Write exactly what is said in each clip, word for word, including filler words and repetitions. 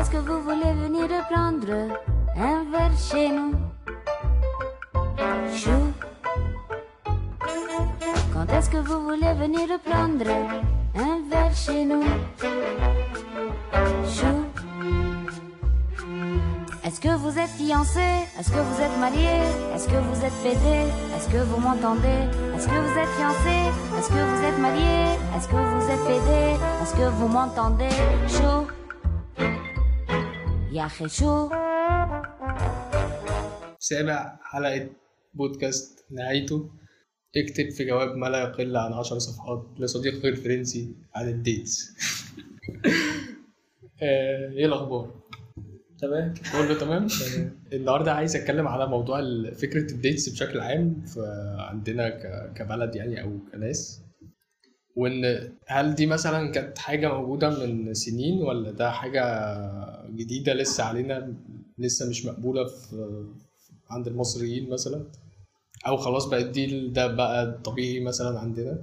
est-ce que vous voulez venir prendre un verre chez nous? Chou. Quand est-ce que vous voulez venir prendre un verre chez nous? Chou. Est-ce que vous êtes fiancé? Est-ce que vous êtes marié? Est-ce que vous êtes pédé? Est-ce que vous m'entendez? Est-ce que vous êtes fiancé? Est-ce que vous êtes marié? Est-ce que vous êtes pédé? Est-ce que vous m'entendez? Chou. يا أخي شو. سابع حلقة بودكاست نهايته. اكتب في جواب ما لا يقل عن عشر صفحات لصديقك الفرنسي عن الديتس. ايه الأخبار؟ تمام كله تمام. النهارده عايز اتكلم على موضوع فكره الديتس بشكل عام عندنا كبلد يعني او كناس، وان هل دي مثلا كانت حاجه موجوده من سنين ولا ده حاجه جديده لسه علينا، لسه مش مقبوله في عند المصريين مثلا، او خلاص بقت دي ده بقى طبيعي مثلا عندنا؟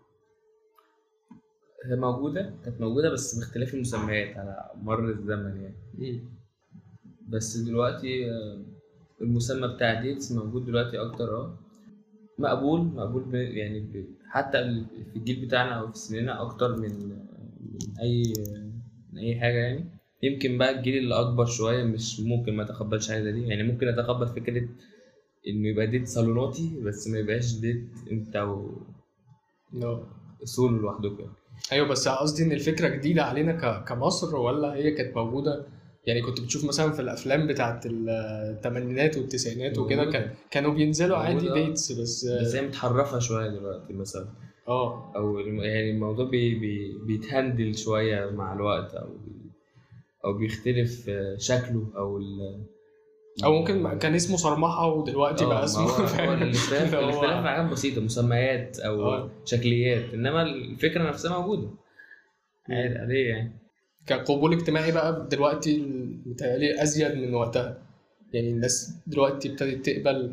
هي موجوده، كانت موجوده بس باختلاف المسميات على مر الزمن يعني. م. بس دلوقتي المسمى بتاع ديتس موجود دلوقتي اكتر، اه مقبول مقبول يعني حتى في الجيل بتاعنا او في سننا اكتر من من اي من اي حاجه يعني. يمكن بقى الجيل اللي اكبر شويه مش ممكن ما يتقبلش حاجه دي يعني، ممكن يتقبل فكره انه يبقى ديت صالوناتي بس ما يبقاش ديت انت و نو اصول لوحدك يعني. ايوه بس قصدي ان الفكره جديده علينا كمصر ولا هي كانت موجوده يعني؟ كنت بتشوف مثلا في الافلام بتاعه الثمانينات والتسعينات وكده كان كانوا بينزلوا عادي ديتس بس بس هي متحرفه شويه دلوقتي مثلا، اه او يعني الموضوع بي بي بيتهندل شويه مع الوقت، او او بيختلف شكله او او ممكن كان اسمه صرمحه ودلوقتي بقى اسمه الاختلاف الاختلاف حاجات بسيطه، مسميات او أوه. شكليات، انما الفكره نفسها موجوده عادي عاديه يعني. كقبول اجتماعي بقى دلوقتي متهيألي ازيد من وقتها يعني، الناس دلوقتي ابتدت تقبل.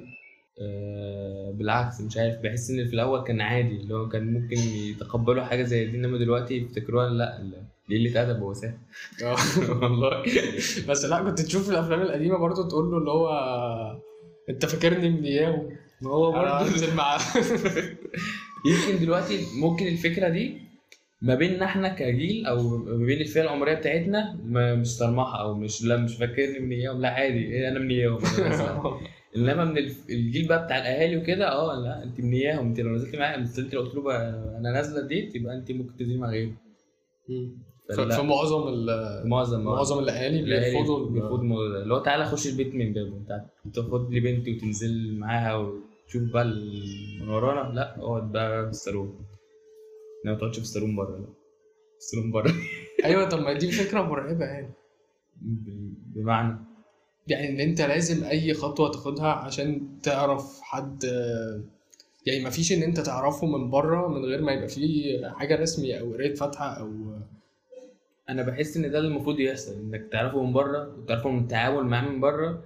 أه بالعكس مش عارف، بحس ان في الاول كان عادي اللي هو كان ممكن يتقبلوا حاجه زي دي، انما دلوقتي يفتكروها لا دي قله ادب ووساخه. اه والله. بس لا كنت تشوف الافلام القديمه برضو تقول له اللي هو انت فاكرني من اياه، ما هو برضه نزل معاه. يمكن دلوقتي ممكن الفكره دي ما بيننا احنا كجيل او ما بين الفئه العمريه بتاعتنا مش صرمحه او مش لا مش فاكرني من اياهم، لا عادي انا من اياهم. انما من الجيل بقى بتاع الاهالي وكده اه لا انت من اياهم، انت لو نزلت معايا نزلت لو قلت له انا نازله ديت يبقى انت ممكن تنزلي مع غيري. فمعظم معظم معظم الاهالي بيرفضوا بيرفضوا الموضوع ده، اللي هو تعالى خش البيت من بابه، انت تاخد لي بنتي وتنزل معاها وتشوف بقى من ورانا، لا اقعد بقى في الصالون، ما تقعدش في الصالون بره، لا الصالون بره. ايوه طب ما دي فكره مرعبه يعني. بمعنى يعني ان انت لازم اي خطوه تاخدها عشان تعرف حد يعني، ما فيش ان انت تعرفه من بره من غير ما يبقى فيه حاجه رسميه او قرايه فاتحه او. انا بحس ان ده اللي المفروض يحصل، انك تعرفه من بره وتعرفه من التعامل معاه من بره،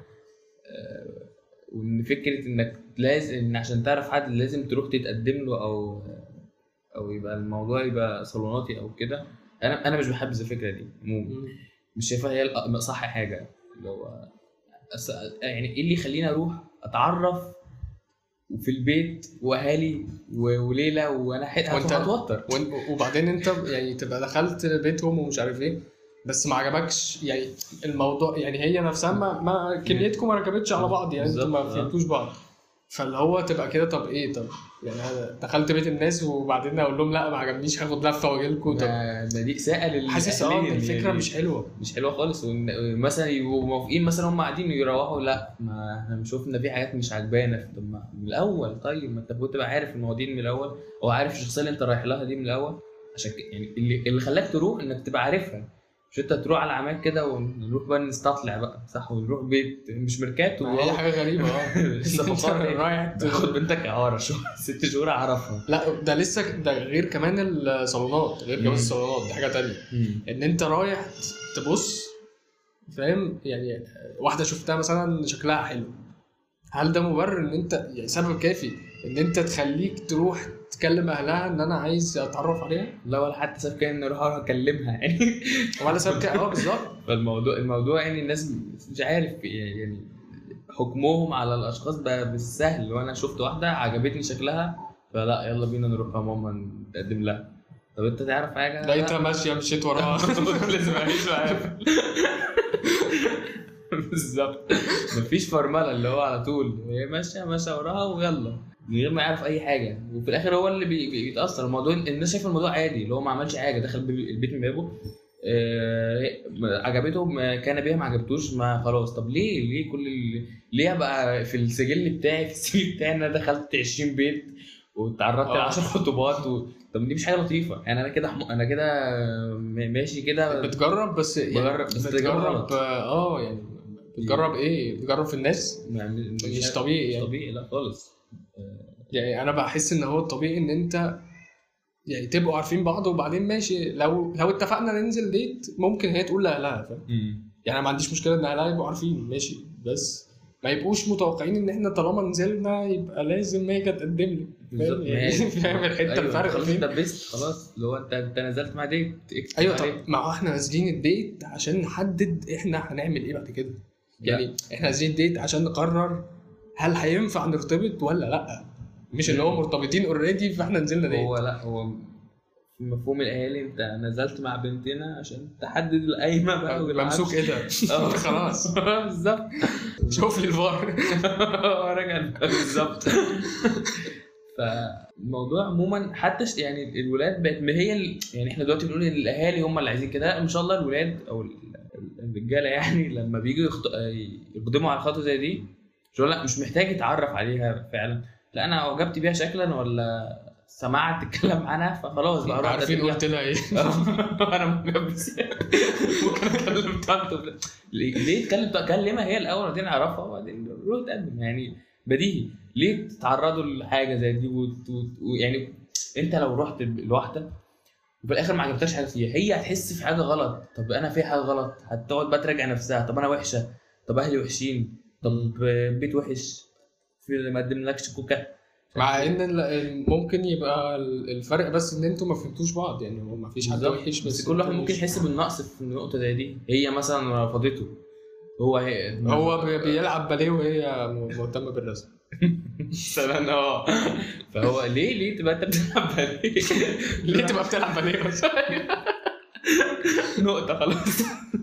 وان فكره انك لازم ان عشان تعرف حد لازم تروح تتقدم له او او يبقى الموضوع يبقى صالوناتي او كده. انا انا مش بحب الفكره دي، مش شايفها هي صح حاجه. لو يعني ايه اللي يخليني اروح اتعرف وفي البيت واهالي وليله وانا هتوتر، وبعدين انت يعني تبقى دخلت بيتهم ومش عارف ايه بس ما عجبكش يعني الموضوع يعني، هي نفسها ما, ما كميتكم ما ركبتش على بعض يعني، انتوا ما فهمتوش بعض، فاللي هو تبقى كده طب ايه، طب يعني دخلت بيت الناس وبعدين اقول لهم لا ما عجبنيش هاخد لفه واجي لكم. طب ده دي سائل حاسس اه الفكره مش حلوه مش حلوه خالص، مثلا يبقوا موافقين مثلا هم قاعدين يروحوا لا ما احنا شفنا في حاجات مش عجبانا. طب من الاول طيب ما انت المفروض تبقى عارف المواضيع من الاول، او عارف الشخصيه اللي انت رايح لها دي من الاول، عشان يعني اللي اللي خلاك تروح انك تبقى عارفها، مش انت تروح على عمال كده ونروح بقى نستطلع بقى صح ونروح بيت مش ميركاتو. هي حاجه غريبه اه لسه رايح تاخد بنتك اعاره شو ست شهور اعرفها. لا ده لسه ده غير كمان الصالونات، غير كمان الصالونات دي حاجه تانية. ان انت رايح تبص فاهم يعني، واحده شفتها مثلا شكلها حلو، هل ده مبرر ان انت يعني سبب كافي ان انت تخليك تروح تكلم اهلها ان انا عايز اتعرف عليها؟ لا ولا حتى سبب كده ان اروح اروح اكلمها يعني ولا سبب كده. اه بالظبط. فالموضوع الموضوع يعني الناس مش عارف يعني حكمهم على الاشخاص بقى بالسهل. وانا شفت واحده عجبتني شكلها فلا يلا بينا نروح يا ماما نقدم لها. طب انت تعرف حاجه؟ لقيتها ماشيه مشيت وراها لازم اعيش معاها بالظبط. مفيش فرمله اللي هو على طول هي ماشيه ماشيه وراها ويلا من غير ما يعرف اي حاجه. وفي الاخر هو اللي بي- بي- بيتاثر الموضوع. الناس شايفه الموضوع عادي اللي هو ما عملش حاجه دخل بي- البيت من بابه آه، عجبته ما كان بيها ما عجبتوش ما خلاص. طب ليه ليه كل ال... ليه بقى في السجل بتاعي في السي في بتاعي انا دخلت عشرين بيت واتعرضت ل عشر خطوبات و... طب دي مش حاجه لطيفه يعني. انا كده حم... انا كده م- ماشي كده بتجرب بس يعني بجرب بس بتجرب تجرب اه يعني بتجرب ايه؟ بتجرب في الناس. مش, مش طبيعي مش يعني. طبيعي لا خالص. يعني انا بحس ان هو الطبيعي ان انت يعني تبقوا عارفين بعض وبعدين ماشي لو لو اتفقنا ننزل ديت ممكن هي تقول لاهلها فاهم. يعني انا ما عنديش مشكله ان اهلها يبقوا عارفين ماشي بس ما يبقوش متوقعين ان احنا طالما نزلنا يبقى لازم هي تقدم لي بالظبط. يعني فاهم الحته أيوة الفرق خلاص فين. انت بس خلاص اللي هو انت انت نزلت مع ديت اكتب ايوه عليه. طب ما هو احنا نازلين الديت عشان نحدد احنا هنعمل ايه بعد كده. يعني احنا نازلين الديت عشان نقرر هل هينفع نرتبط ولا لا. مش اللي هو مرتبطين اوريدي فاحنا نزلنا ديت. هو لا هو في مفهوم الاهالي انت نزلت مع بنتنا عشان تحدد القايمه بقى ممسوك ايه ده اه خلاص بالظبط. شوف لي الفار راجع بالظبط. فالموضوع عموما حتى ش- يعني الولاد بقت ما هي ال... يعني احنا دلوقتي بنقول ان الاهالي هم اللي عايزين كده. ان شاء الله الولاد او ال- الرجاله يعني لما بييجوا يخط... يقدموا على خطوه زي دي شو لا مش محتاج يتعرف عليها فعلا. لا انا اعجبت بيها شكلا ولا سمعت تتكلم عنها فخلاص بقى اروح عارفين قلت لها ايه. انا متجبس ممكن اتكلم طنط ليه اتكلم كلمها هي الاول وبعدين اعرفها وبعدين روح تقدم. يعني بديهي ليه تتعرضوا لحاجه زي دي ويعني انت لو رحت لوحدك وفي الاخر ما عجبتكش حاجه فيها هي هتحس في حاجه غلط. طب انا في حاجه غلط هتقعد بقى تراجع نفسها. طب انا وحشه طب اهلي وحشين طب بيت وحش في اللي ما قدملكش كوكا. مع ان ال- ممكن يبقى الفرق بس ان انتوا ما فهمتوش بعض. يعني هو ما فيش حد وحش بس كل واحد ممكن يحس بالنقص في النقطه زي دي. هي مثلا رفضته هو هي هو بي- بيلعب باليه وهي مهتمه بالرسم مثلا اه فهو ليه ليه تبقى انت بتلعب باليه ليه تبقى بتلعب باليه بس نقطه خلاص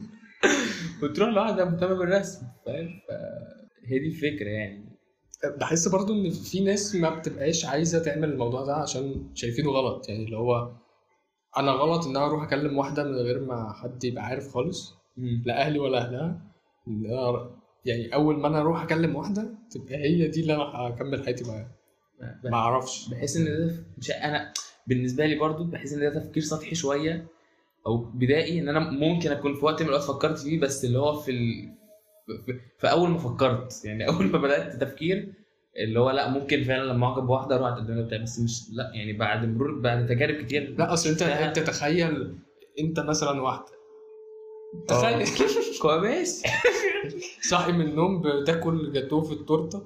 وتروح لواحده مهتمه بالرسم فاهم. هي دي الفكره يعني. بحس برضو ان في ناس ما بتبقاش عايزه تعمل الموضوع ده عشان شايفينه غلط. يعني اللي هو انا غلط ان انا اروح اكلم واحده من غير ما حد يبقى عارف خالص لا اهلي ولا اهلها. إن أنا يعني اول ما انا اروح اكلم واحده تبقى هي دي اللي انا هكمل حياتي معاها. ما اعرفش بحس ان ده مش انا بالنسبه لي برضو بحس ان ده تفكير سطحي شويه او بدائي. ان انا ممكن اكون في وقت من الاوقات فكرت فيه بس اللي هو في ال... في... في اول ما فكرت يعني اول ما بدات تفكير اللي هو لا ممكن فعلا لما اعجب بواحده اروح اقدم لها بتاع. بس مش لا يعني بعد مرور بعد تجارب كتير. لا اصل انت انت تخيل انت مثلا واحده تخيل كويس صاحي من النوم بتاكل جاتوه في التورته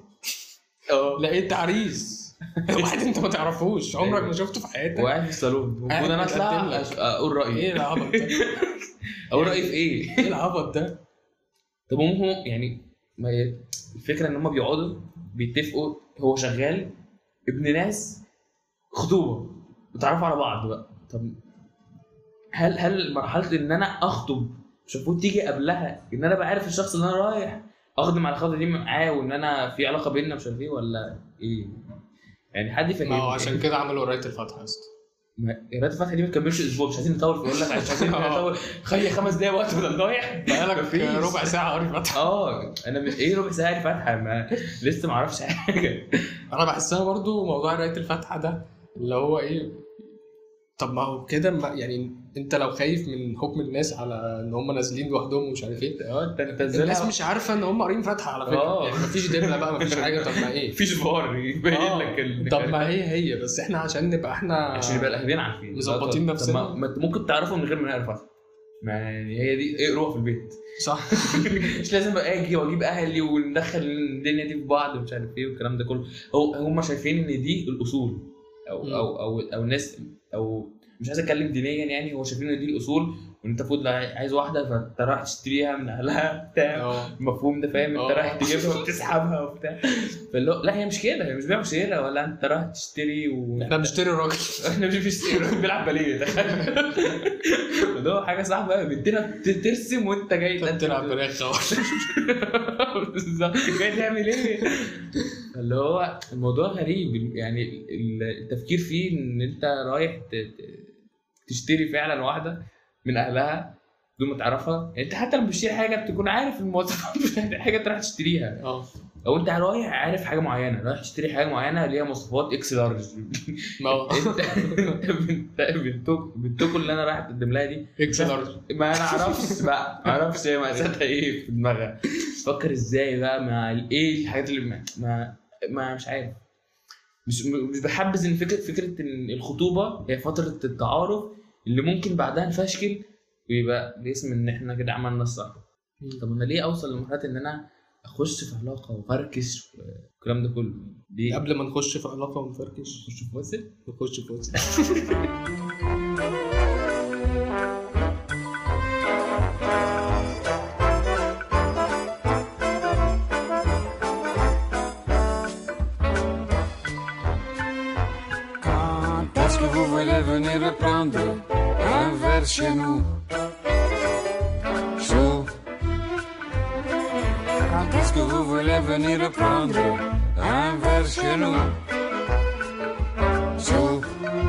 اه لقيت عريس واحد انت ما تعرفوش عمرك ما شفته في حياتك وقاعد في الصالون المفروض انا اطلع اقول رايي. ايه العبط ده؟ اقول رايي في ايه؟ ايه العبط ده؟ طب هم يعني ما هي الفكره ان هم بيقعدوا بيتفقوا هو شغال ابن ناس خطوبه بتعرفوا على بعض بقى. طب هل هل مرحله ان انا اخطب مش المفروض تيجي قبلها ان انا بعرف الشخص اللي انا رايح اخدم على الخطوه دي معاه وان انا في علاقه بيننا مش عارف ايه ولا ايه؟ يعني حد يفهمني. ما هو عشان كده عملوا قرايه الفاتحه يا اسطى. قرايه الفاتحه دي ما تكملش اسبوع مش عايزين نطول يقول لك مش عايزين نطول خلي خمس دقايق وقت بدل ضايع بقالك ربع ساعه قاري فاتحه. اه انا مش ايه ربع ساعه فاتحه ما لسه ما اعرفش حاجه. انا بحسها برضو موضوع قرايه الفاتحه ده اللي هو ايه. طب ما هو كده يعني انت لو خايف من حكم الناس على ان هم نازلين لوحدهم ومش عارف ايه اه انت انت ازاي الناس مش عارفه ان هم قارين فاتحه على فكره. آه. يعني مفيش دبله بقى مفيش حاجه. طب ما ايه مفيش فار يبين لك ال... طب ما هي هي بس احنا عشان نبقى احنا عشان يبقى الاهلين عارفين مظبطين نفسنا. ما انت ممكن تعرفه من غير ما نعرف. ما يعني هي دي اقروها في البيت صح. مش لازم اجي واجيب اهلي وندخل الدنيا دي في بعض ومش عارف ايه والكلام ده كله. هو هم شايفين ان دي الاصول او م. او او او الناس او مش عايز اتكلم دينيا يعني. هو شايفين ان دي الاصول وان انت المفروض عايز واحده فانت رايح تشتريها من اهلها بتاع المفهوم ده فاهم. انت رايح تجيبها وتسحبها وبتاع. فاللي لا هي مش كده. هي مش بيع وشراء ولا انت رايح تشتري و... احنا بنشتري الراجل. احنا مش بنشتري الراجل بيلعب باليه ده. ده حاجه صعبه قوي. بنتنا ترسم وانت جاي تلعب باليه. بالظبط جاي تعمل ايه؟ اللي هو الموضوع غريب يعني. التفكير فيه ان انت رايح تشتري فعلا واحده من اهلها بدون ما تعرفها. انت حتى لما بتشتري حاجه بتكون عارف المواصفات بتاعت الحاجه تروح تشتريها. اه او انت رايح عارف حاجه معينه رايح تشتري حاجه معينه ليها مواصفات اكس لارج. ما هو انت بنت بنتك بنتك اللي انا رايح اقدم لها دي اكس لارج. ما انا اعرفش بقى ما اعرفش هي مقاساتها ايه في دماغها. تفكر ازاي بقى مع ايه الحاجات اللي ما ما, ما مش عارف. مش مش بحبذ ان فكره فكره ان الخطوبه هي فتره التعارف اللي ممكن بعدها نفشكل ويبقى باسم ان احنا كده عملنا الصح. طب انا ليه اوصل لمرحله ان انا اخش في علاقه وفركش والكلام ده كله؟ ليه قبل ما نخش في علاقه ونفركش نخش في وسط نخش في وسط. Venez reprendre un verre chez nous. Chaud. Quand est-ce que vous voulez venir reprendre un verre chez nous? Chaud.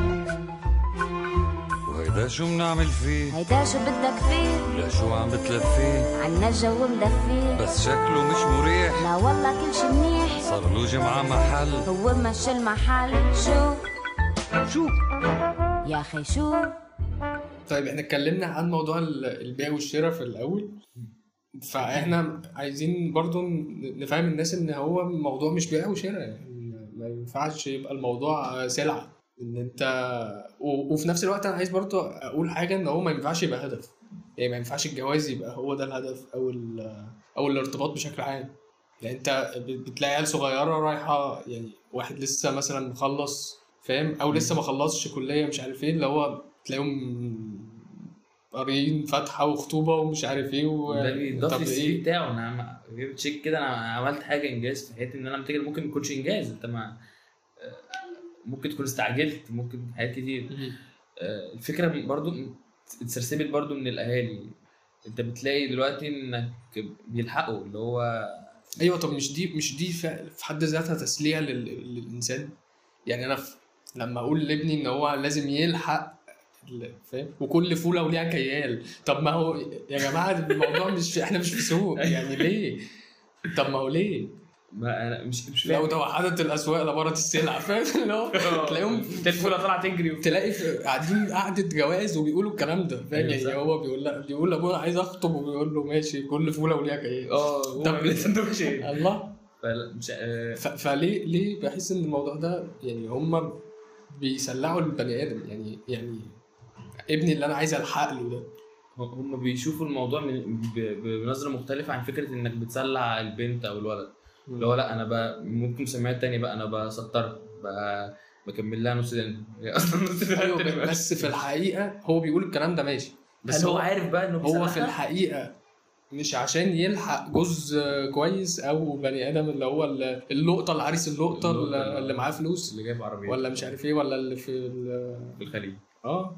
وهيدا شو منعمل فيه؟ هيدا شو بدك فيه؟ ولا شو عم بتلفيه؟ عنا الجو مدفيه بس شكله مش مريح. لا والله كل شي منيح. صار له جمعة محل. هو مشي المحل. شو شو يا اخي شو. طيب احنا اتكلمنا عن موضوع البيع والشراء في الاول. فاحنا عايزين برضو نفهم الناس ان هو الموضوع مش بيع وشراء. يعني ما ينفعش يبقى الموضوع سلعة ان انت و... وفي نفس الوقت انا عايز برضو اقول حاجة ان هو ما ينفعش يبقى هدف. يعني ما ينفعش الجواز يبقى هو ده الهدف او ال... او الارتباط بشكل عام. يعني انت بتلاقي عيال صغيرة رايحة يعني واحد لسه مثلا مخلص فاهم او لسه ما خلصش كليه مش عارف ايه اللي هو تلاقيهم قاريين فاتحه وخطوبه ومش عارف ايه و... ده بيضاف لي السي في بتاعه. انا جبت تشيك كده انا عملت حاجه انجاز في حياتي. ان انا متاكد ممكن ما يكونش انجاز. انت ما ممكن تكون استعجلت ممكن حاجات كتير. الفكره برضو اتسرسبت برضو من الاهالي. انت بتلاقي دلوقتي انك بيلحقوا اللي هو ايوه. طب مش دي مش دي في حد ذاتها تسليه لل... للانسان. يعني انا ف... لما اقول لابني ان هو لازم يلحق فاهم وكل فوله وليها كيال. طب ما هو يا جماعه الموضوع مش في... احنا مش في سوق يعني ليه؟ طب ما هو ليه؟ ما انا مش مش لو توحدت الاسواق لبرت السلع فاهم. لو تلاقيهم الفوله طالعه تجري تلاقي قاعدين قعده جواز وبيقولوا الكلام ده فاهم. يعني هو بيقول لا بيقول لابوه عايز اخطب وبيقول له ماشي كل فوله وليها كيال. اه طب سندوتش الله. مش ف... فليه ليه بحس ان الموضوع ده يعني هم بيسلعوا البني ادم. يعني يعني ابني اللي انا عايز الحق له ده هم بيشوفوا الموضوع من بنظره مختلفه عن فكره انك بتسلع البنت او الولد. اللي هو لا انا بقى ممكن مسميات تانية بقى انا بسطرها بقى بكمل لها نص دين اصلا نص دين. بس في الحقيقه هو بيقول الكلام ده ماشي بس هو عارف بقى انه هو في الحقيقه مش عشان يلحق جوز كويس او بني ادم اللي هو اللقطه العريس اللقطه اللي معاه فلوس اللي جايب عربيه ولا مش عارف ايه ولا اللي في في الخليج. اه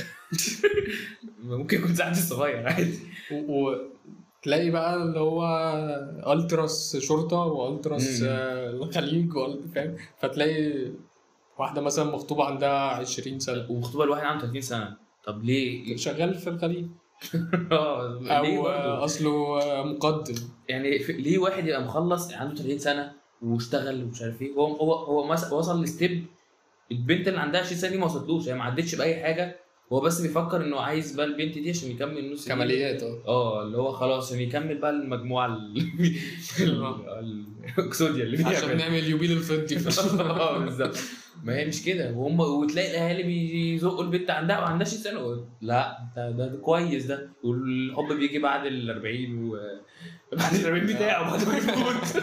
ممكن يكون ساعتي صغير عادي. وتلاقي بقى اللي هو التراس شرطه والتراس الخليج فاهم. فتلاقي واحده مثلا مخطوبه عندها عشرين سنه ومخطوبه لواحد عنده ثلاثين سنه. طب ليه شغال في الخليج اه او اصله مقدم. يعني ليه واحد يبقى مخلص عنده ثلاثين سنه واشتغل ومش عارف ايه هو هو هو وصل لستيب البنت اللي عندها عشرين سنه دي ما وصلتلوش. هي ما عدتش باي حاجه هو بس بيفكر انه عايز بقى البنت دي عشان يكمل النص دي. كماليات اه اه اللي هو خلاص عشان يكمل بقى المجموعه ال- ال- الاكسوديا اللي عشان بيعمل نعمل يوبيل الفضي في اه بالظبط. ما هي مش كده وهم وتلاقي الاهالي بيزقوا البنت عندها ما عندهاش سنه لا ده, ده, ده كويس ده والحب بيجي بعد ال أربعين و بعد ال أربعين بتاعه بعد ما يموت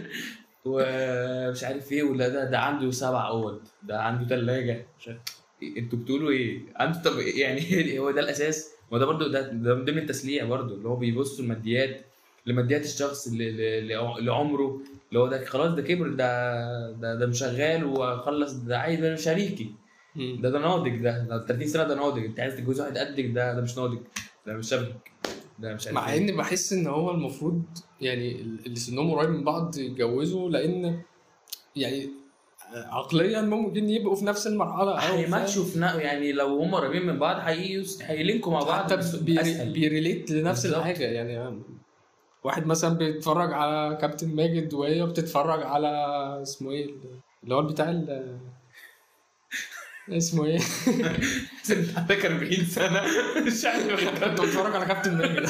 ومش عارف ايه ولا ده ده عنده سبع اوض ده عنده ثلاجه مش عارف إيه، انتوا بتقولوا ايه عنده طب يعني هو ده الاساس وده برضو ده ده من ضمن التسليه برضو اللي هو بيبصوا الماديات لماديات الشخص اللي اللي- لعمره اللي هو ده خلاص ده كبر ده ده ده مشغال وخلص ده عايز ده شريكي ده ده ناضج ده ده ثلاثين سنه ده ناضج انت عايز تتجوز واحد قدك ده ده مش ناضج ده مش شبهك ده مش عارف مع إيه. ان بحس ان هو المفروض يعني اللي سنهم قريب من بعض يتجوزوا لان يعني عقليا ممكن يبقوا في نفس المرحله او هيماتشوا في نا- يعني لو هم قريبين من بعض هي هيلينكوا مع بعض حتى بس بيري أسهل. بيريليت لنفس بالظبط. الحاجه يعني واحد مثلا بيتفرج على كابتن ماجد وهي بتتفرج على اسمه ايه اللي هو بتاع ال اسمه ايه انت عندك أربعين سنه مش عارف كنت بتفرج على كابتن ماجد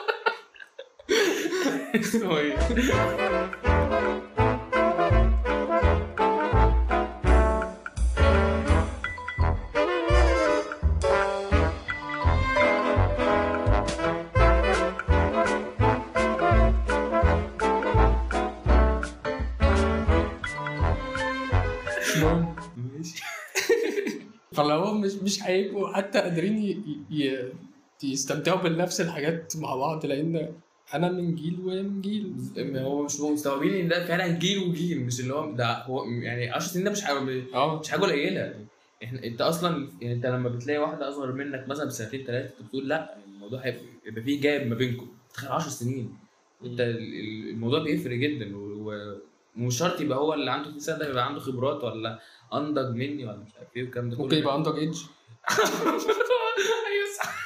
اسمه ايه ماشي فلو مش مش هيبقوا حتى قادرين ي... ي... يستمتعوا بنفس الحاجات مع بعض لان انا من جيل وهي من جيل هو مش مستوعبين ان ده فعلا جيل وجيل مش اللي هو ده هو يعني عشر سنين ده مش حاجه اه مش حاجه قليله احنا انت اصلا يعني انت لما بتلاقي واحده اصغر منك مثلا بسنتين ثلاثه انت بتقول لا الموضوع هيبقى يبقى فيه جاب ما بينكم تخيل عشر سنين انت ال- الموضوع بيفرق جدا و- ومش شرط يبقى هو اللي عنده ثلاثين سنه ده يبقى عنده خبرات ولا انضج مني ولا مش عارف ايه والكلام ده ممكن يبقى عندك ايدج ايوه صح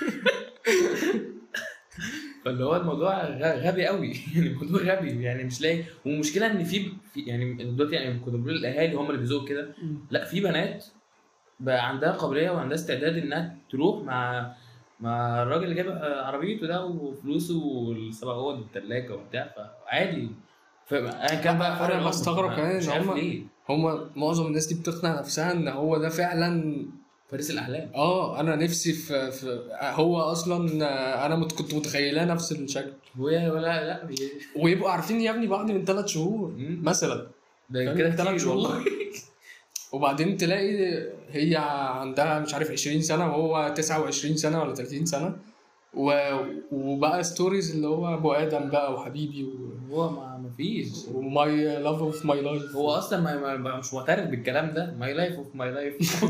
فاللي هو الموضوع غ- غبي قوي يعني الموضوع غبي يعني مش لاقي والمشكله ان في في- يعني دلوقتي يعني كنا بنقول الاهالي هم اللي بيزوقوا كده لا في بنات بقى عندها قابليه وعندها استعداد انها تروح مع مع الراجل اللي جايب عربيته ده وفلوسه والسبع اوض والثلاجه وبتاع فعادي فانا كان بقى فرق انا العمر. بستغرب كمان مش ان عارف هم ليه هم معظم الناس دي بتقنع نفسها ان هو ده فعلا فارس الاحلام اه انا نفسي في, في هو اصلا انا مت- كنت متخيلاه نفس الشكل وهي ولا لا هي- ويبقوا عارفين يا ابني بعض من ثلاث شهور مم. مثلا ده فاهم؟ كده تلات كتير شهور. والله وبعدين تلاقي هي عندها مش عارف عشرين سنه وهو تسعة وعشرين سنه ولا ثلاثين سنه و... وبقى ستوريز اللي هو ابو ادم بقى وحبيبي و... هو ما ما فيش وماي لاف اوف ماي لايف هو اصلا ما ما- مش معترف بالكلام ده ماي لايف اوف ماي لايف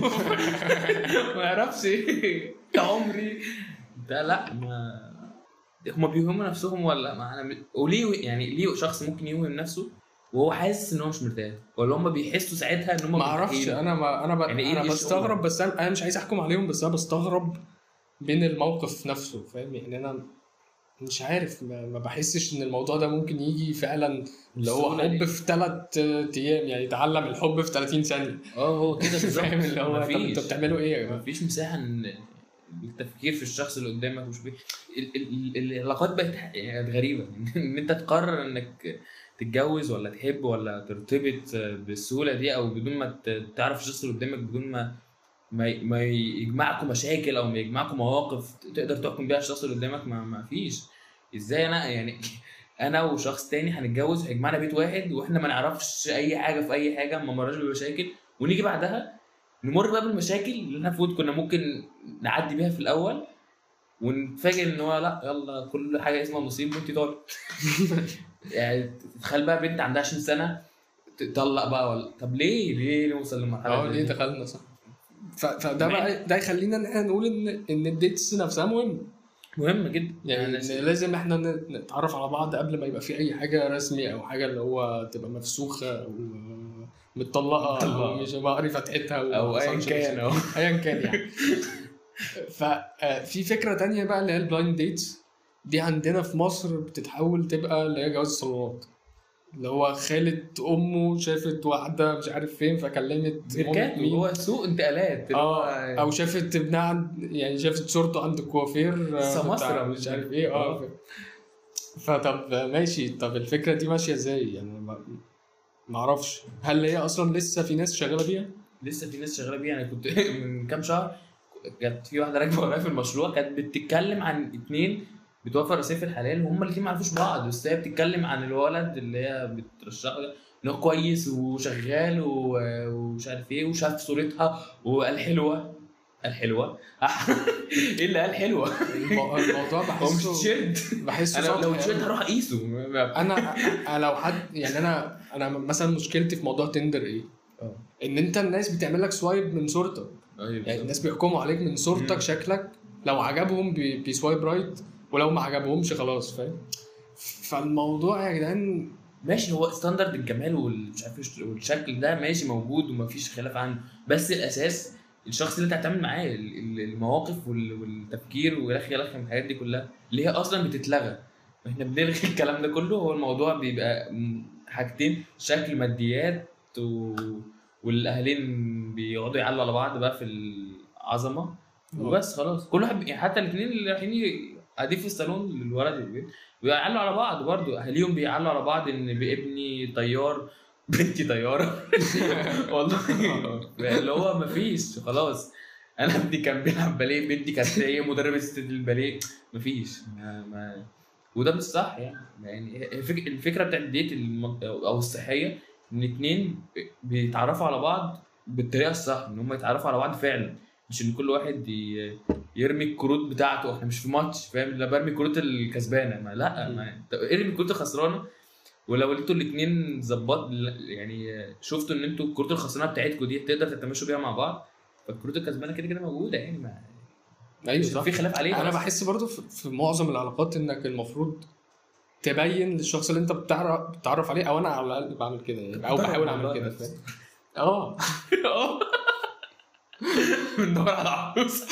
ما يعرفش ده عمري ده لا ما هما بيوهموا نفسهم ولا ما انا م- وليه يعني ليه شخص ممكن يوهم نفسه وهو حاسس ان هو مش مرتاح ولا هم بيحسوا ساعتها ان هم ما اعرفش انا ما انا ب... يعني إيه انا الإيش بستغرب هو؟ بس انا أنا مش عايز احكم عليهم بس انا بستغرب بين الموقف نفسه فاهم يعني انا مش عارف ما, ما بحسش ان الموضوع ده ممكن يجي فعلا اللي هو بالسهولة حب دي. في ثلاث ايام يعني يتعلم الحب في ثلاثين ثانيه اه هو كده بالظبط فاهم اللي هو طب مفيش. انتوا بتعملوا ايه يا جماعه مفيش مساحه ان التفكير في الشخص اللي قدامك مش بي... ال- ال- ال- العلاقات بقت يعني غريبه ان انت تقرر انك تتجوز ولا تحب ولا ترتبط بالسهوله دي او بدون ما ت- تعرف الشخص اللي قدامك بدون ما ما ما يجمعكم مشاكل او ما يجمعكم مواقف تقدر تحكم بيها الشخص اللي قدامك ما, ما فيش ازاي انا يعني انا وشخص تاني هنتجوز هيجمعنا بيت واحد واحنا ما نعرفش اي حاجه في اي حاجه ما مرناش بمشاكل ونيجي بعدها نمر بقى بالمشاكل اللي احنا المفروض كنا ممكن نعدي بيها في الاول ونتفاجئ ان هو لا يلا كل حاجه اسمها نصيب وانت طالق يعني تخيل بقى بنت عندها عشرين سنه تطلق بقى ولا طب ليه ليه نوصل للمرحله اه ليه دخلنا صح ف... فده بقى ده يخلينا ان احنا نقول ان ان الديتس نفسها مهمه مهم جدا يعني إن لازم احنا نتعرف على بعض قبل ما يبقى في اي حاجه رسمي او حاجه اللي هو تبقى مفسوخه او متطلقه او مش بقري فتحتها او ايا كان او ايا كان يعني ففي فكره تانية بقى اللي هي البلايند ديتس دي عندنا في مصر بتتحول تبقى اللي هي جواز الصالونات اللي هو خالة امه شافت واحده مش عارف فين فكلمت ميركاتو مين. هو سوق انتقالات اه او شافت ابنها عند يعني شافت صورته عند الكوافير آه، سمسرة بتاع مش مش عارف ايه اه ف- فطب ماشي. طب الفكره دي ماشيه ازاي يعني؟ ما ما اعرفش هل هي اصلا لسه في ناس شغاله بيها؟ لسه في ناس شغاله بيها. انا كنت من كام شهر كانت في واحده راكبه ورايا في المشروع كانت بتتكلم عن اتنين بتوفر رصيف في الحلال وهم الاثنين ما عرفوش بعض، بس هي بتتكلم عن الولد اللي هي بترشحه ده ان هو كويس وشغال و- ومش عارف ايه وشاف صورتها وقال حلوه قال حلوه ايه اللي قال حلوه؟ المو- الموضوع هو مش بحسه تيشيرت. بحسه انا لو سطحي تيشيرت أوي. هروح اقيسه. انا أنا لو حد يعني انا انا مثلا مشكلتي في موضوع تندر ايه؟ اه ان انت الناس بتعمل لك سوايب من صورتك، يعني الناس بيحكموا عليك من صورتك مم. شكلك، لو عجبهم بي- بيسوايب رايت ولو ما عجبهمش خلاص فاهم. فالموضوع يا جدعان ماشي هو ستاندرد الجمال والمش عارف إيش- والشكل ده ماشي موجود ومفيش خلاف عنه، بس الاساس الشخص اللي انت هتعمل معاه ال- ال- المواقف وال- والتفكير والخ يلخ من الحاجات دي كلها اللي هي اصلا بتتلغى. احنا بنلغي الكلام ده كله. هو الموضوع بيبقى م- حاجتين، شكل ماديات و... والاهلين بيقعدوا يعلوا على بعض بقى في العظمه وبس خلاص. كل واحد يعني حتى الاثنين اللي رايحين ي- قاعدين في الصالون للولد والبنت بيعلوا على بعض برضو، اهاليهم بيعلوا على بعض ان ابني طيار بنتي طياره والله اللي هو مفيش خلاص. انا ابني كان بيلعب باليه، بنتي كانت هي مدربه الباليه، مفيش ما, ما وده مش صح يعني. يعني هي فك- الفكره بتاعت الديت الم- او الصحيه ان اتنين بيتعرفوا على بعض بالطريقه الصح، ان هم يتعرفوا على بعض فعلا، مش ان كل واحد ي- يرمي الكروت بتاعته. احنا مش في ماتش فاهم، لا برمي كروت الكسبانه ما لا ما طب ارمي الكروت الخسرانه. ولو انتوا الاثنين ظبط يعني شفتوا ان انتوا الكروت الخسرانه بتاعتكم دي تقدر تتماشوا بيها مع بعض، فالكروت الكسبانه كده كده موجوده يعني ما ايوه مش صح. في خلاف عليها. انا أصلاً. بحس برضو في في معظم العلاقات انك المفروض تبين للشخص اللي انت بتعرف بتعرف عليه، او انا على الاقل بعمل كده يعني او بحاول اعمل كده فاهم. اه اه بندور على عروسه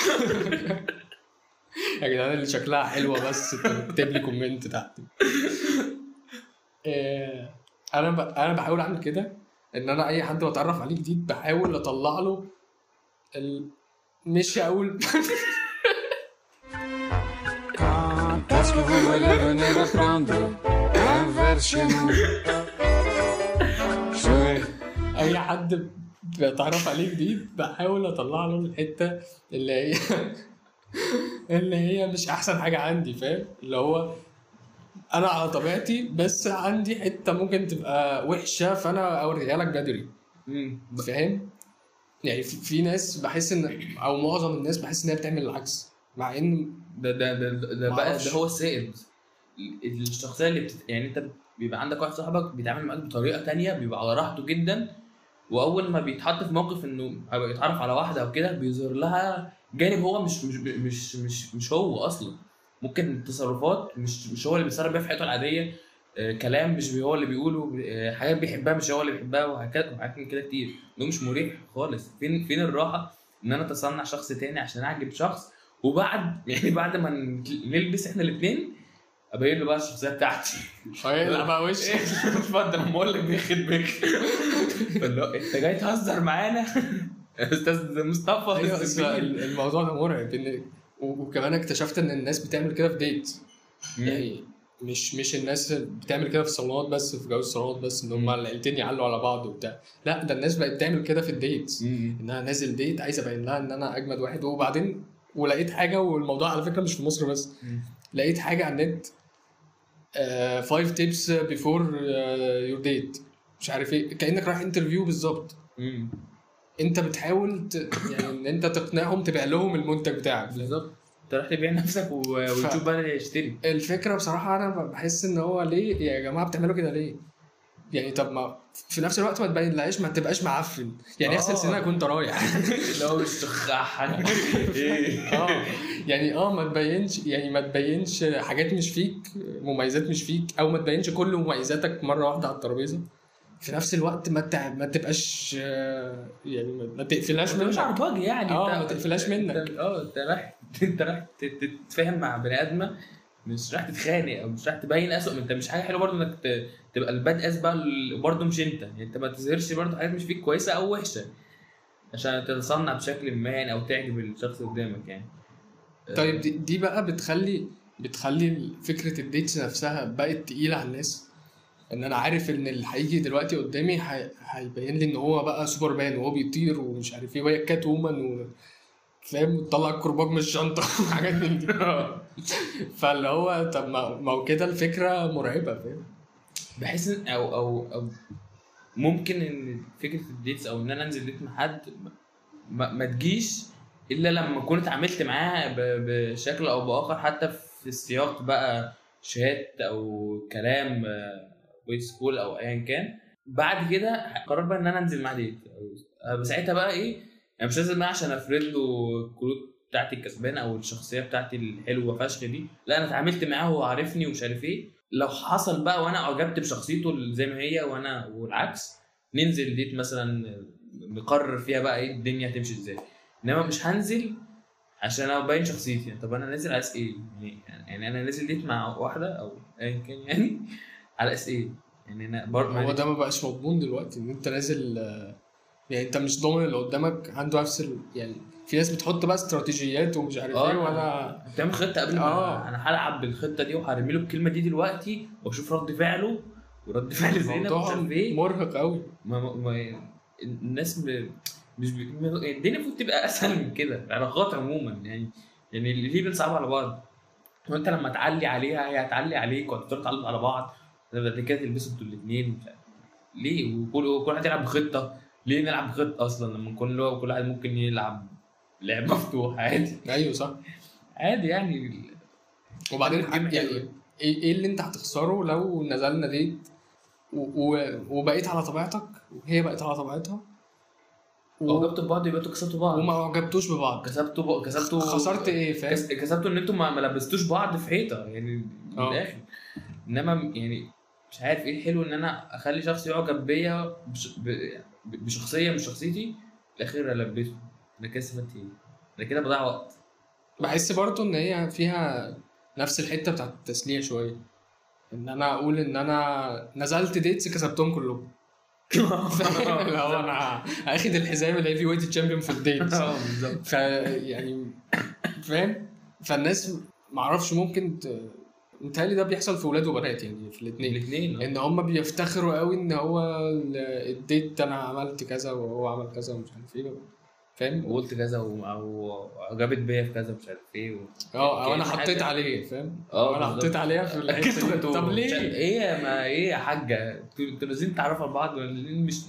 يا جدعان اللي شكلها حلوه بس تكتب لي كومنت تحت. آه، انا ب... انا بحاول اعمل كده، ان انا اي حد بتعرف عليه جديد بحاول اطلع له ال... مش هقول Quand est-ce que vous voulez venir apprendre un verre chez nous? Je vais اي حد بتعرف عليه جديد بحاول اطلع له الحته اللي هي اللي هي مش احسن حاجه عندي فاهم، اللي هو انا على طبيعتي بس عندي حته ممكن تبقى وحشه فانا اوريها لك بدري فاهم. يعني في, في ناس بحس ان او معظم الناس بحس ان هي بتعمل العكس، مع ان ده ده ده, ده بقى معرفش. ده هو السائد. الشخصيه اللي بتت... يعني انت بيبقى عندك واحد صاحبك بيتعامل معاك بطريقه تانية بيبقى على راحته جدا، واول ما بيتحط في موقف انه هيبقى يتعرف على واحده او كده بيظهر لها جانب هو مش مش مش مش, مش هو اصلا. ممكن تصرفات مش مش هو اللي بيتصرف بيها في حياته العاديه، آه كلام مش هو اللي بيقوله، آه حاجات بيحبها مش هو اللي بيحبها، وهكذا وحاجات كده كتير. ده مش مريح خالص. فين فين الراحه ان انا اتصنع شخص تاني عشان اعجب شخص، وبعد يعني بعد ما نلبس احنا الاثنين ابين له بقى الشخصيه بتاعتي لا بقى وش اتفضل لما اقول لك بيخد بيخ لا انت جاي تهزر معانا استاذ مصطفى. أيوة الزميل. الموضوع ده مرعب إن وكمان اكتشفت ان الناس بتعمل كده في ديت، يعني مش مش الناس بتعمل كده في الصالونات بس، في جواز الصالونات بس ان هم العيلتين يعلوا على بعض وبتاع، لا ده الناس بقت بتعمل كده في الديت، انها نازل ديت عايز ابين لها ان انا اجمد واحد. وبعدين ولقيت حاجه، والموضوع على فكره مش في مصر بس، لقيت حاجه على النت five tips before your date مش عارف ايه، كانك رايح انترفيو بالظبط. انت بتحاول ت... يعني ان انت تقنعهم تبيع لهم المنتج بتاعك بالظبط. انت راح تبيع نفسك و... وتشوف بقى اللي يشتري. الفكره بصراحه انا بحس ان هو ليه يا جماعه بتعملوا كده ليه؟ يعني طب ما في نفس الوقت ما تبين لهاش، ما تبقاش معفن يعني اغسل سنانك وانت رايح لو مش تخاح ايه اه يعني اه ما تبينش، يعني ما تبينش حاجات مش فيك، مميزات مش فيك، او ما تبينش كل مميزاتك مره واحده على الترابيزه. في نفس الوقت ما تع... ما تبقاش يعني ما تقفلهاش منك، مش عرباجي يعني اه ما تقفلهاش منك. اه انت رايح انت رايح تتفاهم مع بني ادمه مش راح تتخانق او مش راح تبين اسوء. انت مش حاجه حلوه برضه انك تبقى الباد اس بقى برضه مش انت يعني. انت ما تظهرش برضه حاجات مش فيك كويسه او وحشه عشان تتصنع بشكل ما يعني او تعجب الشخص قدامك يعني. طيب دي, دي بقى بتخلي بتخلي فكره الديتس نفسها بقت تقيله على الناس. ان انا عارف ان اللي هيجي دلوقتي قدامي هيبين لي ان هو بقى سوبرمان وهو بيطير ومش عارف ايه وهي كات وومن و... فاهم وتطلع الكرباج من الشنطه وحاجات من دي. فاللي هو طب ما هو كده الفكره مرعبه فاهم. بحس ان او او او ممكن ان فكره الديتس او ان انا انزل ديت مع حد ما, ما تجيش الا لما اكون اتعاملت معاه بشكل او باخر حتى في السياق بقى شات او كلام ويت سكول او ايا كان. بعد كده قرر بقى ان انا انزل مع ديت ساعتها بقى ايه يعني مش لازم عشان افرض له الكروت بتاعتي الكسبانه او الشخصيه بتاعتي الحلوه فشخ دي. لا انا اتعاملت معاه وعارفني ومش عارف ايه. لو حصل بقى وانا اعجبت بشخصيته زي ما هي وانا والعكس ننزل ديت مثلا نقرر فيها بقى ايه الدنيا هتمشي ازاي. انما مش هنزل عشان ابين شخصيتي. طب انا نازل على اس ايه يعني, يعني انا نازل ديت مع واحده او ايا كان يعني على اس ايه يعني انا برضه هو ده ما بقاش مضمون دلوقتي ان انت نازل يعني. انت مش ضامن اللي قدامك عنده نفس يعني. في ناس بتحط بقى استراتيجيات ومش عارف ايه وانا بتعمل خطه قبل ما آه. انا هلعب بالخطه دي وهرمي له الكلمه دي دلوقتي واشوف رد فعله ورد فعل زينب مش عارف ايه. مرهق قوي. ما, ما الناس ب... مش ب... الدنيا المفروض تبقى اسهل من كده. العلاقات عموما يعني يعني اللي ليه بنصعب على بعض. وانت لما تعلي عليها هي هتعلي عليك وهتفضلوا تعلقوا على بعض. بعد كده تلبسوا انتوا الاثنين ليه وكل كل واحد يلعب بخطه. ليه نلعب بخطه اصلا لما نكون له كل واحد ممكن يلعب لعب مفتوح عادي. ايوه صح عادي يعني. وبعدين يعني ايه اللي انت هتخسره لو نزلنا ديت وبقيت على طبيعتك وهي بقت على طبيعتها وعجبتوا ببعض يبقى انتوا كسبتوا بعض وما عجبتوش ببعض كسبتوا ب... كسبتوا خسرت ايه فاهم. كس... كسبتوا ان انتوا ما, ما لبستوش بعض في حيطه يعني من الاخر. انما يعني مش عارف ايه الحلو ان انا اخلي شخص يعجب بيا بش... ب... بشخصيه مش شخصيتي الاخير البسه. انا كده استفدت ايه؟ انا كده بضيع وقت. بحس برضو ان هي فيها نفس الحته بتاعت التسليه شويه. ان انا اقول ان انا نزلت ديتس كسبتهم كلهم. لا انا هاخد الحزام الهيفي ويت تشامبيون في الديت. اه بالظبط. ف يعني فاهم. فالناس ما اعرفش ممكن ت... متهيألي ده بيحصل في ولاد وبنات يعني في الاثنين الاثنين ان هم بيفتخروا قوي ان هو الديت انا عملت كذا وهو عمل كذا ومش عارف ايه فاهم وقلت كذا او عجبت بيا في كذا مش عارف ايه اه او انا حطيت عليه فاهم. اه انا حطيت عليها في الحته دي. طب ليه ايه ما ايه يا حاجه انتوا لازم تعرفوا لبعض مش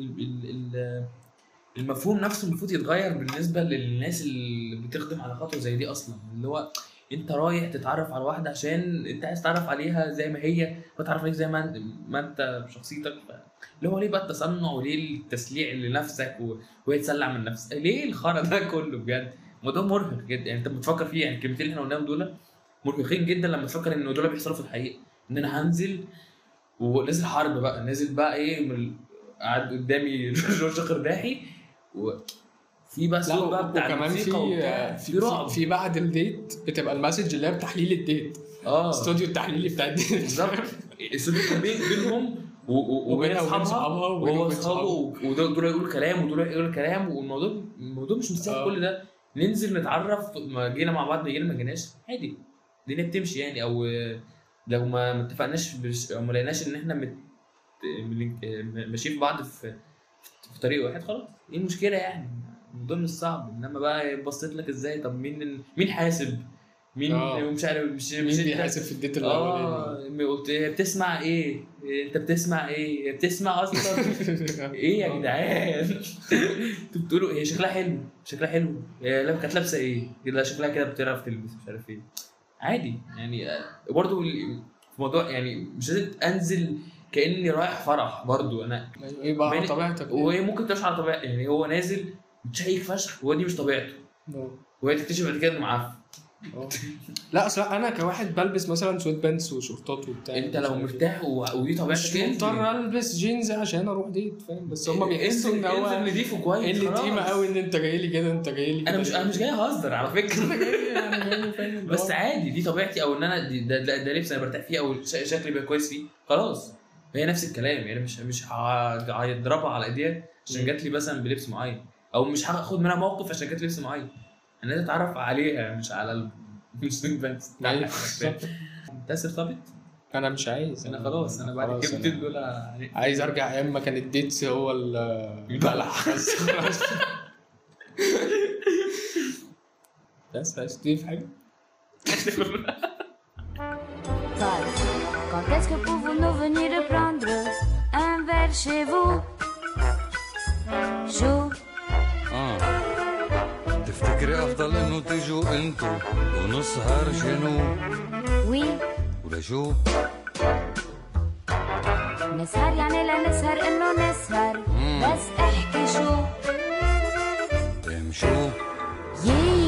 المفهوم نفسه المفروض يتغير بالنسبه للناس اللي بتخدم على خطوه زي دي اصلا. اللي هو انت رايح تتعرف على واحده عشان انت عايز تعرف عليها زي ما هي وتعرف عليك زي ما ما انت بشخصيتك. اللي هو ليه بقى التصنع وليه التسليع لنفسك وهي تسلع من نفسك؟ ليه الخرا ده كله بجد؟ الموضوع مرهق جدا يعني. انت بتفكر فيه يعني الكلمتين اللي احنا قلناهم دول مرهقين جدا لما تفكر ان دول بيحصلوا في الحقيقه. ان انا هنزل ونازل حرب بقى نازل بقى ايه من قاعد قدامي جورج قرداحي وفي بقى صوت بقى بتاع كمان في في, في في بعد الديت بتبقى المسج اللي هي بتحليل الديت. اه استوديو التحليلي بتاع الديت بالظبط. الاستوديو بينهم وبين اصحابها وهو اصحابه ودول يقولوا كلام ودول يقولوا كلام والموضوع الموضوع مش مستاهل كل ده. ننزل نتعرف ما جينا مع بعض جينا ما جيناش عادي الدنيا بتمشي يعني. او لو ما اتفقناش او ما لقيناش ان احنا مت... ماشيين في بعض في في طريق واحد خلاص ايه المشكله يعني؟ الموضوع مش صعب. انما بقى بصيت لك ازاي؟ طب مين مين حاسب مين آه. مش عارف مش مين بيحاسب في الديت الاولاني؟ اه قلت بتسمع ايه؟ انت بتسمع ايه؟ بتسمع اصلا ايه يا جدعان؟ انتوا بتقولوا هي شكلها حلو شكلها حلو هي كانت لابسه ايه كده شكلها كده بتعرف تلبس مش عارف ايه عادي يعني. برضو في موضوع يعني مش لازم انزل كاني رايح فرح. برضو انا ايه بقى على طبيعتك وهي ممكن تمشي على طبيعتك يعني. هو نازل متشيك فشخ ودي مش طبيعته وهي تكتشف بعد كده انه معفن لا اصل انا كواحد بلبس مثلا سويت بانس وشورتات وبتاع، انت لو مرتاح و... ودي طبيعتك مش مضطر البس جينز عشان اروح ديت، فاهم؟ بس هم بيحسوا ان هو انزل نضيف وكويس اللي قيمه قوي ان انت جاي لي كده، انت جاي لي انا مش انا مش جاي اهزر على فكره انا جاي فاهم، بس عادي دي طبيعتي، او ان انا دي ده, ده, ده لبس انا برتاح فيه او شكلي بيبقى كويس فيه خلاص. هي نفس الكلام يعني، مش مش هيضربها على ايديها عشان جات لي مثلا بلبس معين، او مش هاخد منها موقف عشان جات لي لبس معين. انا اتعرف عليها مش على ال... مش بنت تاسر طبت. انا مش عايز، انا خلاص انا بعد كده مئتين دولار عايز ارجع ايام ما كان الديتس هو البلح بس خلاص. بس عايز تضيف حاجه؟ Quand est-ce que pouvons-nous venir de prendre un verre chez vous? شو اه تفتكري افضل انه تيجوا انتو ونسهر شنو؟ وي ولا شو؟ نسهر يعني لا نسهر انه نسهر، بس احكي شو فهم شو؟ يي